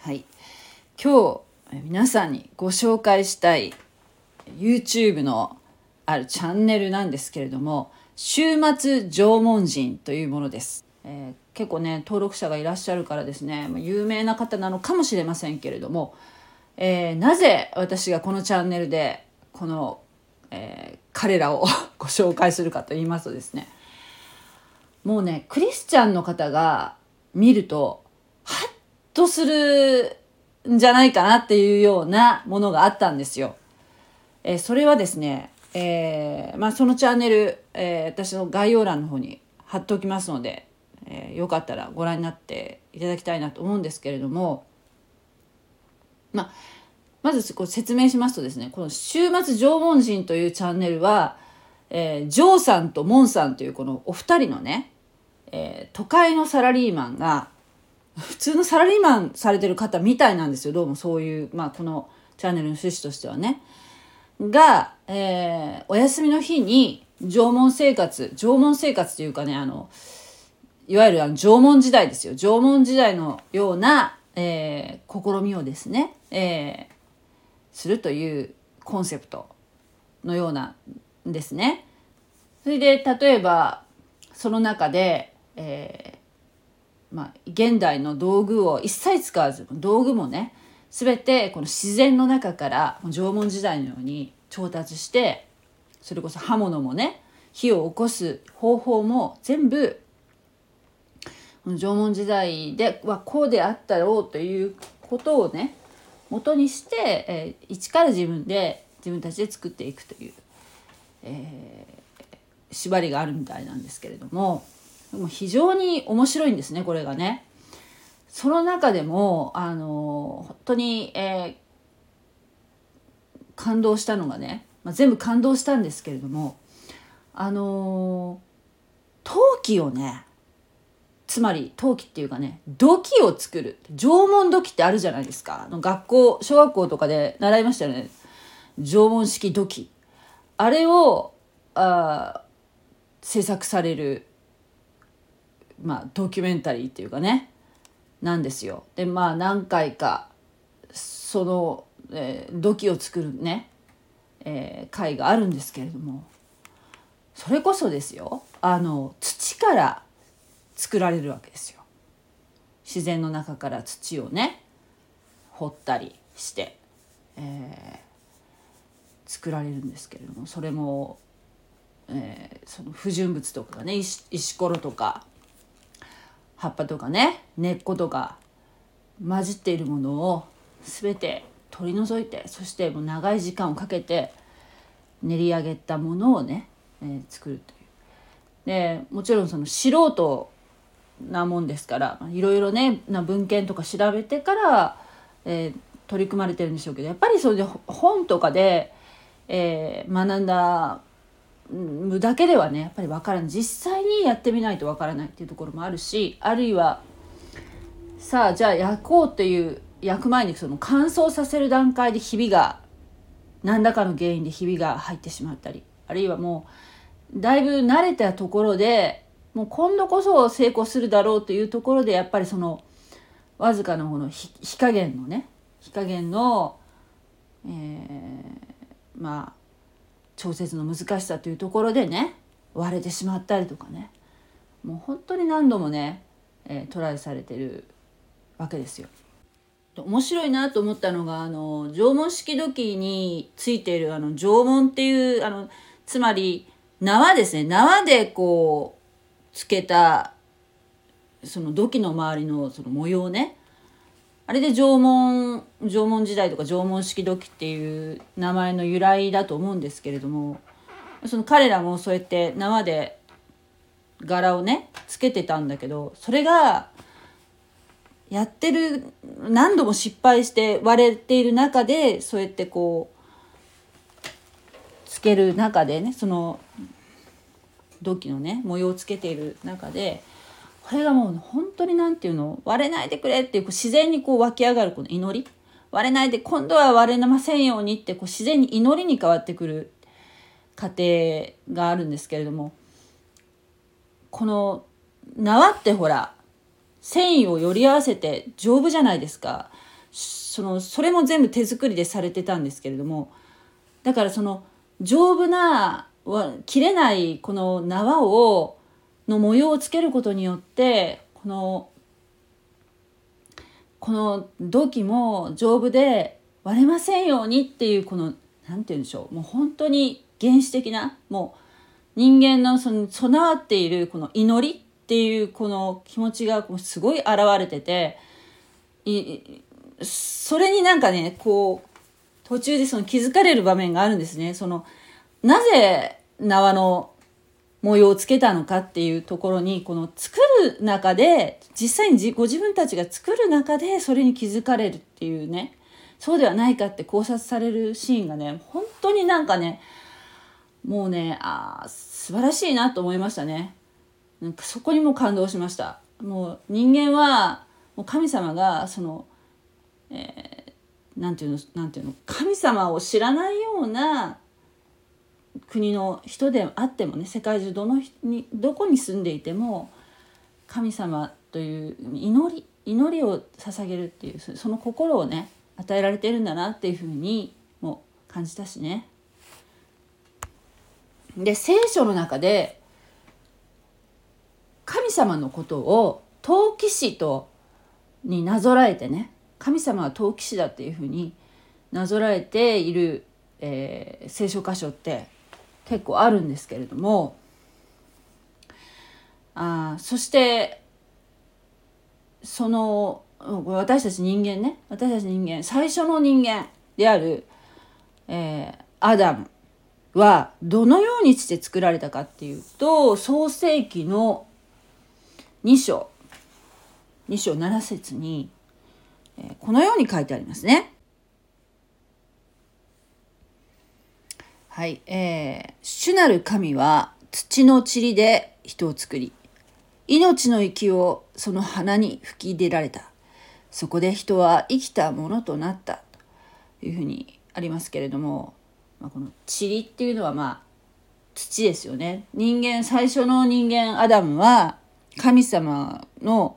はい、今日皆さんにご紹介したい YouTube のあるチャンネルなんですけれども、週末縄文人というものです。結構ね登録者がいらっしゃるからですね、有名な方なのかもしれませんけれども、なぜ私がこのチャンネルでこの、彼らをご紹介するかと言いますとですね、もうねクリスチャンの方が見るとハッとするんじゃないかなっていうようなものがあったんですよ。それはですね、そのチャンネル、私の概要欄の方に貼っておきますので、よかったらご覧になっていただきたいなと思うんですけれども、まずこう説明しますとですね、この週末縄文人というチャンネルは、ジョーさんとモンさんというこのお二人のね、都会のサラリーマンが普通のサラリーマンされてる方みたいなんですよ。どうもそういう、このチャンネルの趣旨としてはねが、お休みの日に縄文生活というかね、いわゆる縄文時代ですよ。縄文時代のような、試みをですね、するというコンセプトのようなんですね。それで例えばその中で、現代の道具を一切使わず、道具もね全てこの自然の中から縄文時代のように調達して、それこそ刃物もね火を起こす方法も全部縄文時代ではこうであったろうということをね元にして、一から自分たちで作っていくという、縛りがあるみたいなんですけれども、非常に面白いんですねこれがね。その中でも本当に、感動したのがね、全部感動したんですけれども、陶器をね、つまり陶器っていうかね、土器を作る縄文土器ってあるじゃないですか。小学校とかで習いましたよね。縄文式土器、あれを制作される、ドキュメンタリーっていうかねなんですよ。で何回かその、土器を作るね、会があるんですけれども、それこそですよ、土から作られるわけですよ。自然の中から土をね掘ったりして、作られるんですけれども、それも、その不純物とかがね、石ころとか葉っぱとかね根っことか混じっているものを全て取り除いて、そしてもう長い時間をかけて練り上げたものをね、作るという。でもちろんその素人なもんですから、いろいろね文献とか調べてから、取り組まれてるんでしょうけど、やっぱりそれで本とかで、学んだだけではねやっぱり分からない。実際にやってみないと分からないっていうところもあるし、あるいはさあじゃあ焼こうっていう焼く前にその乾燥させる段階でひびが何らかの原因でひびが入ってしまったり、あるいはもうだいぶ慣れたところでもう今度こそ成功するだろうというところで、やっぱりそのわずかなこの火加減の、調節の難しさというところでね割れてしまったりとかね、もう本当に何度もね、トライされてるわけですよ。面白いなと思ったのが縄文式土器についている縄文っていうつまり縄ですね。縄でこうつけたその土器の周りのその模様ね、あれで縄文時代とか縄文式土器っていう名前の由来だと思うんですけれども、その彼らもそうやって縄で柄をねつけてたんだけど、それがやってる何度も失敗して割れている中でそうやってこうつける中でね、その土器のね模様をつけている中で、これがもう本当になんていうの、割れないでくれっていう自然にこう湧き上がるこの祈り、割れないで今度は割れませんようにってこう自然に祈りに変わってくる過程があるんですけれども、この縄ってほら繊維をより合わせて丈夫じゃないですか。 それも全部手作りでされてたんですけれども、だからその丈夫な切れないこの縄の模様をつけることによって、この土器も丈夫で割れませんようにっていう、このなんて言うんでしょう、もう本当に原始的な、もう人間のその備わっているこの祈りっていうこの気持ちがすごい現れてて、それになんかね、こう途中でその気づかれる場面があるんですね。なぜ縄の模様をつけたのかっていうところに、この作る中で、実際にご自分たちが作る中でそれに気づかれるっていうね、そうではないかって考察されるシーンがね、本当になんかね、もうね、素晴らしいなと思いましたね。なんかそこにも感動しました。もう人間はもう神様がなんていうの、神様を知らないような国の人であってもね、世界中どこに住んでいても、神様という祈りを捧げるっていう、その心をね与えられてるんだなっていうふうにも感じたしね。で、聖書の中で神様のことを陶器師になぞらえてね、神様は陶器師だっていうふうになぞらえている、聖書箇所って結構あるんですけれども、そして私たち人間、最初の人間である、アダムはどのようにして作られたかっていうと、創世記の2章7節に、このように書いてありますね。はい、主なる神は土の塵で人を作り、命の息をその鼻に吹き入れられた。そこで人は生きたものとなったというふうにありますけれども、この塵っていうのは土ですよね。最初の人間アダムは神様の、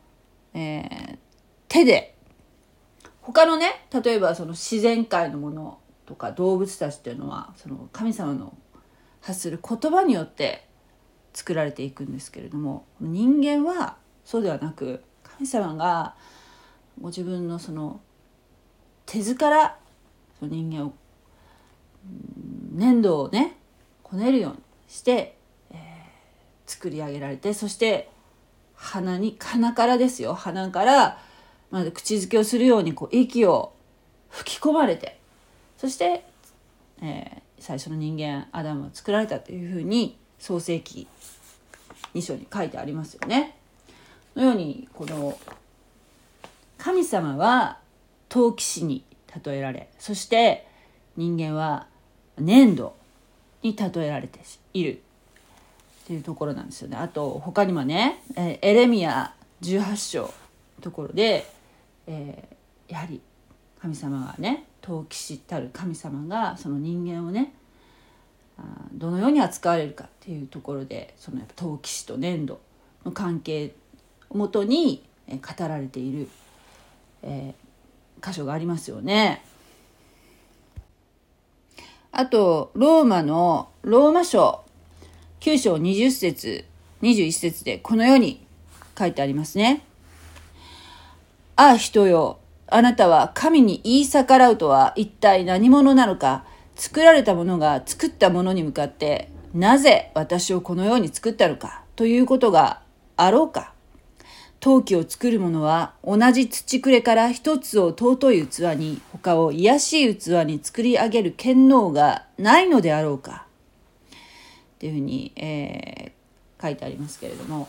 手で、他のね、例えばその自然界のものとか動物たちっていうのは、その神様の発する言葉によって作られていくんですけれども、人間はそうではなく、神様がご自分のその手ずからその人間を粘土をねこねるようにして、作り上げられて、そして鼻からまず口づけをするように息を吹き込まれて、そして、最初の人間アダムを作られたというふうに創世記2章に書いてありますよね。のように、この神様は陶器師に例えられ、そして人間は粘土に例えられているっていうところなんですよね。あと他にもね、エレミヤ18章のところで、やはり神様がね、陶器師たる神様がその人間をね、どのように扱われるかっていうところで、その陶器師と粘土の関係をもとに語られている、箇所がありますよね。あとローマ書9章20節21節でこのように書いてありますね。人よ、あなたは神に言い逆らうとは一体何者なのか。作られたものが作ったものに向かって、なぜ私をこのように作ったのかということがあろうか。陶器を作る者は同じ土くれから一つを尊い器に、他を卑しい器に作り上げる権能がないのであろうか。っていうふうに、書いてありますけれども、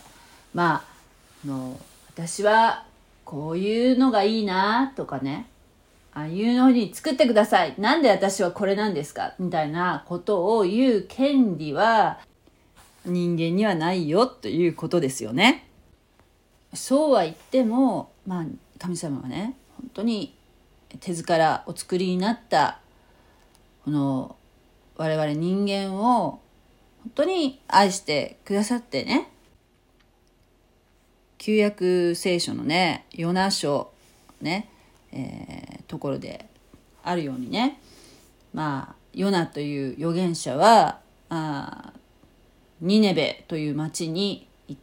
私はこういうのがいいなとかね、ああいうのに作ってください、なんで私はこれなんですかみたいなことを言う権利は人間にはないよということですよね。そうは言っても、神様はね、本当に手ずからお作りになったこの我々人間を本当に愛してくださってね、旧約聖書のね、ヨナ書ね、 ところであるようにね、ヨナという預言者はニネベという町に行って、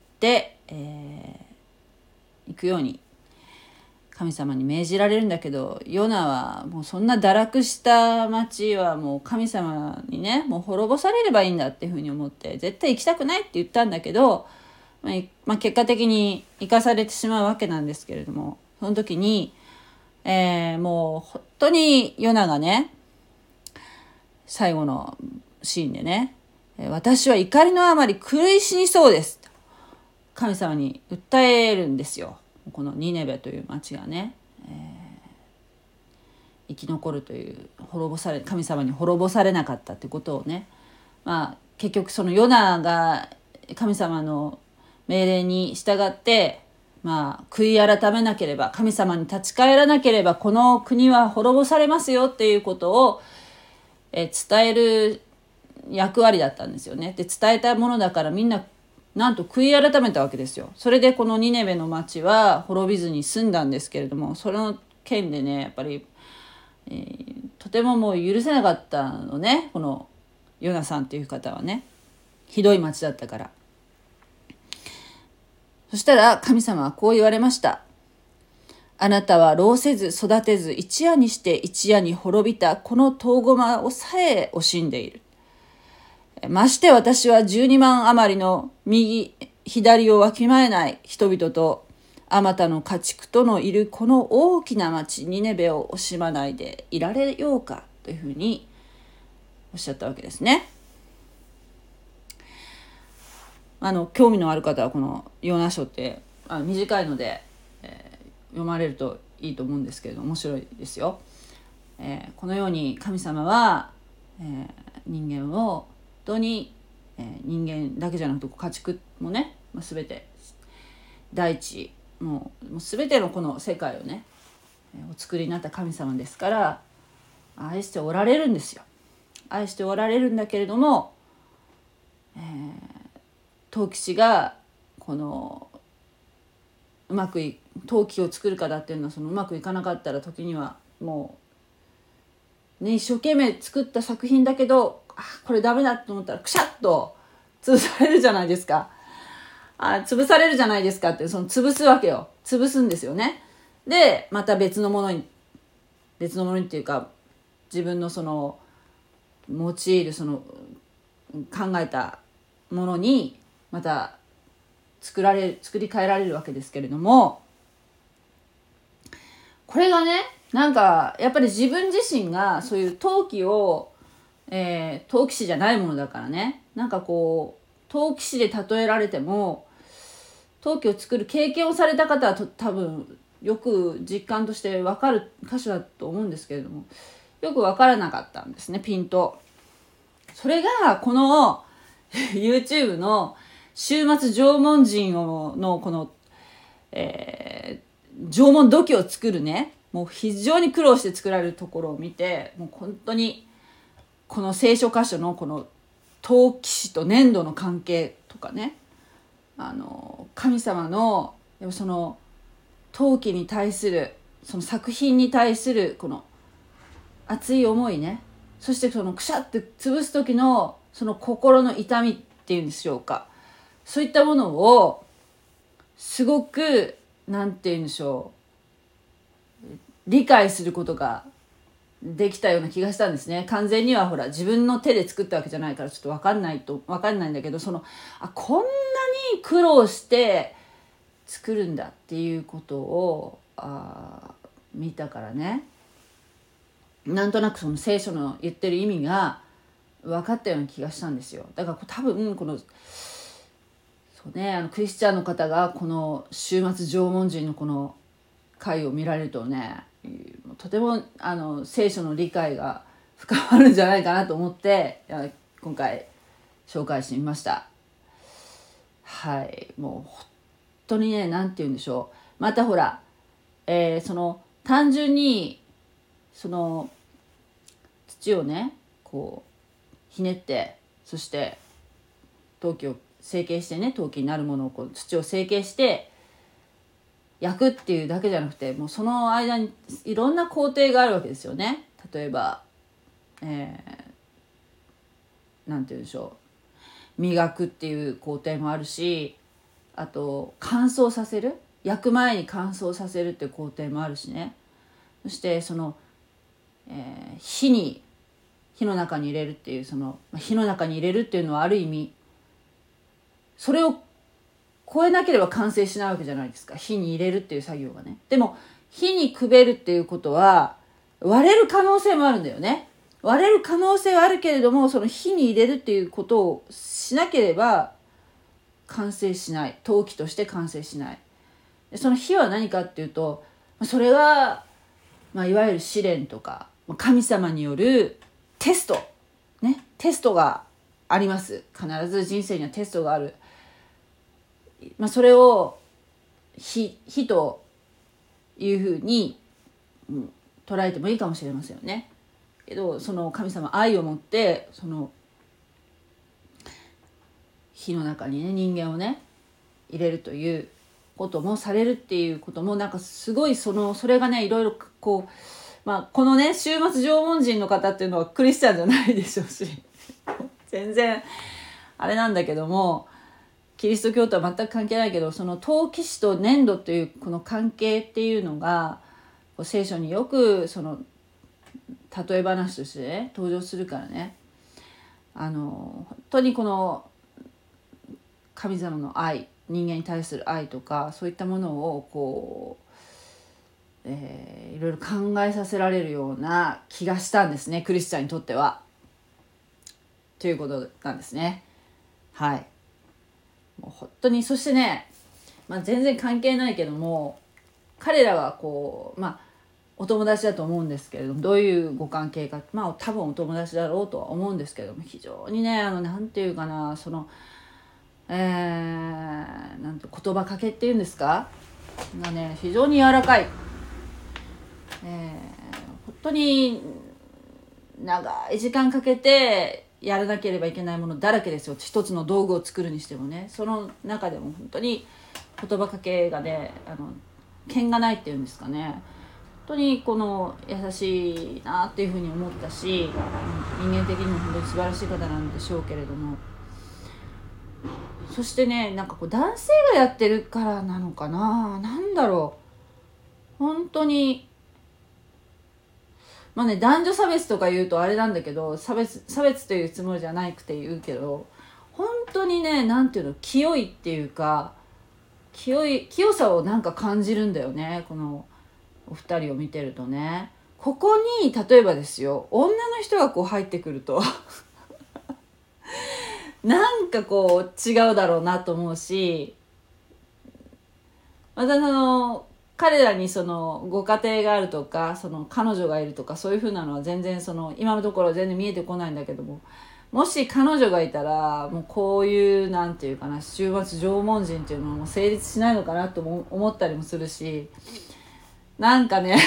行くように神様に命じられるんだけど、ヨナはもうそんな堕落した町はもう神様にね、もう滅ぼされればいいんだっていうふうに思って絶対行きたくないって言ったんだけど、結果的に生かされてしまうわけなんですけれども、その時に、もう本当にヨナがね、最後のシーンでね、私は怒りのあまり苦しみそうですと神様に訴えるんですよ。このニネベという町がね、生き残るという神様に滅ぼされなかったということをね、結局そのヨナが神様の命令に従って悔い改めなければ、神様に立ち返らなければこの国は滅ぼされますよっていうことを伝える役割だったんですよね。で伝えたものだからみんななんと悔い改めたわけですよ。それでこのニネベの町は滅びずに済んだんですけれども、その件でねやっぱり、とてももう許せなかったのね、このヨナさんっていう方はね。ひどい町だったから。そしたら神様はこう言われました。あなたは労せず育てず一夜にして一夜に滅びたこのトウゴマをさえ惜しんでいる。まして私は12万余りの右左をわきまえない人々とあまたの家畜とのいるこの大きな町ニネベを惜しまないでいられようかというふうにおっしゃったわけですね。興味のある方はこのヨナ書って短いので、読まれるといいと思うんですけれど面白いですよ。このように神様は、人間を本当に、人間だけじゃなくて家畜もね、全て大地もう全てのこの世界をね、お作りになった神様ですから愛しておられるんですよ。愛しておられるんだけれども、陶器師がこの陶器を作るからっていうのはそのうまくいかなかったら時にはもう、ね、一生懸命作った作品だけどこれダメだと思ったらくしゃっと潰されるじゃないですか。潰されるじゃないですかってその潰すわけよ。潰すんですよね。でまた別のものにっていうか自分のその用いるその考えたものにまた作り変えられるわけですけれども、これがねなんかやっぱり自分自身がそういう陶器を、陶器師じゃないものだからね、なんかこう陶器師で例えられても陶器を作る経験をされた方は多分よく実感として分かる箇所だと思うんですけれども、よく分からなかったんですね、ピンと。それがこのYouTube の週末縄文人のこの、縄文土器を作るね、もう非常に苦労して作られるところを見て、もう本当にこの聖書箇所のこの陶器師と粘土の関係とかね、神様のその陶器に対するその作品に対するこの熱い思いね、そしてそのくしゃって潰す時のその心の痛みっていうんでしょうか、そういったものをすごくなんていうんでしょう、理解することができたような気がしたんですね。完全にはほら自分の手で作ったわけじゃないからちょっと分かんないんだけど、こんなに苦労して作るんだっていうことを見たからね、なんとなくその聖書の言ってる意味が分かったような気がしたんですよ。だから多分このそうね、クリスチャンの方がこの週末縄文人のこの回を見られるとね、とても聖書の理解が深まるんじゃないかなと思って今回紹介してみました。はい、もう本当にね、なんて言うんでしょう、またほら、その単純にその土をねこうひねって、そして陶器を成形してね、陶器になるものをこう土を成形して焼くっていうだけじゃなくて、もうその間にいろんな工程があるわけですよね。例えば、なんて言うんでしょう、磨くっていう工程もあるし、あと乾燥させる、焼く前に乾燥させるっていう工程もあるしね。そしてその、火の中に入れるっていう、その火の中に入れるっていうのはある意味それを超えなければ完成しないわけじゃないですか、火に入れるっていう作業がね。でも火にくべるっていうことは割れる可能性もあるんだよね。割れる可能性はあるけれども、その火に入れるっていうことをしなければ完成しない、陶器として完成しない。でその火は何かっていうと、それが、いわゆる試練とか神様によるテストね、テストがあります。必ず人生にはテストがある。それを火というふうに、捉えてもいいかもしれませんよね。けどその神様愛を持ってその火の中にね、人間をね入れるということもされるっていうことも、なんかすごいそれがね、いろいろこう、このね終末縄文人の方っていうのはクリスチャンじゃないでしょうし全然あれなんだけども、キリスト教とは全く関係ないけど、その陶器師と粘土というこの関係っていうのが聖書によくその例え話としてね登場するからね、本当にこの神様の愛、人間に対する愛とかそういったものをこう、いろいろ考えさせられるような気がしたんですね、クリスチャンにとっては。ということなんですね。はい。もう本当に、そしてね、全然関係ないけども、彼らはこうお友達だと思うんですけれども、どういうご関係か、多分お友達だろうとは思うんですけども、非常にねなんていうかな、そのなんて言葉かけっていうんですかがね、非常に柔らかい、本当に長い時間かけてやらなければいけないものだらけですよ。一つの道具を作るにしてもね、その中でも本当に言葉かけがね、剣がないっていうんですかね、本当にこの優しいなっていうふうに思ったし、人間的にも本当に素晴らしい方なんでしょうけれども、そしてね、なんかこう男性がやってるからなのかな、なんだろう、本当に男女差別とか言うとあれなんだけど、差別というつもりじゃなくて言うけど、本当にね、なんていうの、清いっていうか、清さをなんか感じるんだよね、このお二人を見てるとね。ここに例えばですよ、女の人がこう入ってくるとなんかこう違うだろうなと思うし、また彼らにそのご家庭があるとか、その彼女がいるとか、そういう風なのは全然今のところ全然見えてこないんだけども、もし彼女がいたらもうこういうなんていうかな、終末縄文人っていうのはもう成立しないのかなとも思ったりもするし、なんかね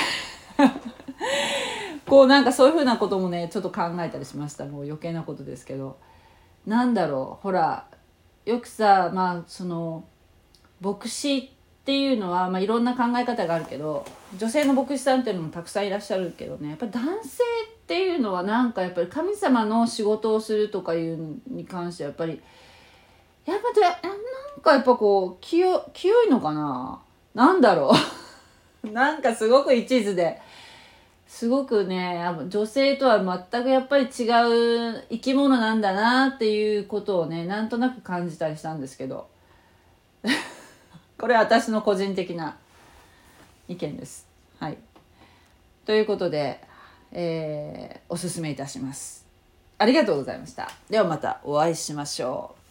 こうなんかそういう風なこともねちょっと考えたりしました。もう余計なことですけど、なんだろう、ほらよくさ、その牧師っていうのは、いろんな考え方があるけど、女性の牧師さんっていうのもたくさんいらっしゃるけどね、やっぱり男性っていうのはなんかやっぱり神様の仕事をするとかいうのに関してはやっぱりなんかやっぱこう清いのかな、なんだろうなんかすごく一途ですごくね、女性とは全くやっぱり違う生き物なんだなっていうことをね、なんとなく感じたりしたんですけどこれは私の個人的な意見です。はい。ということで、おすすめいたします。ありがとうございました。ではまたお会いしましょう。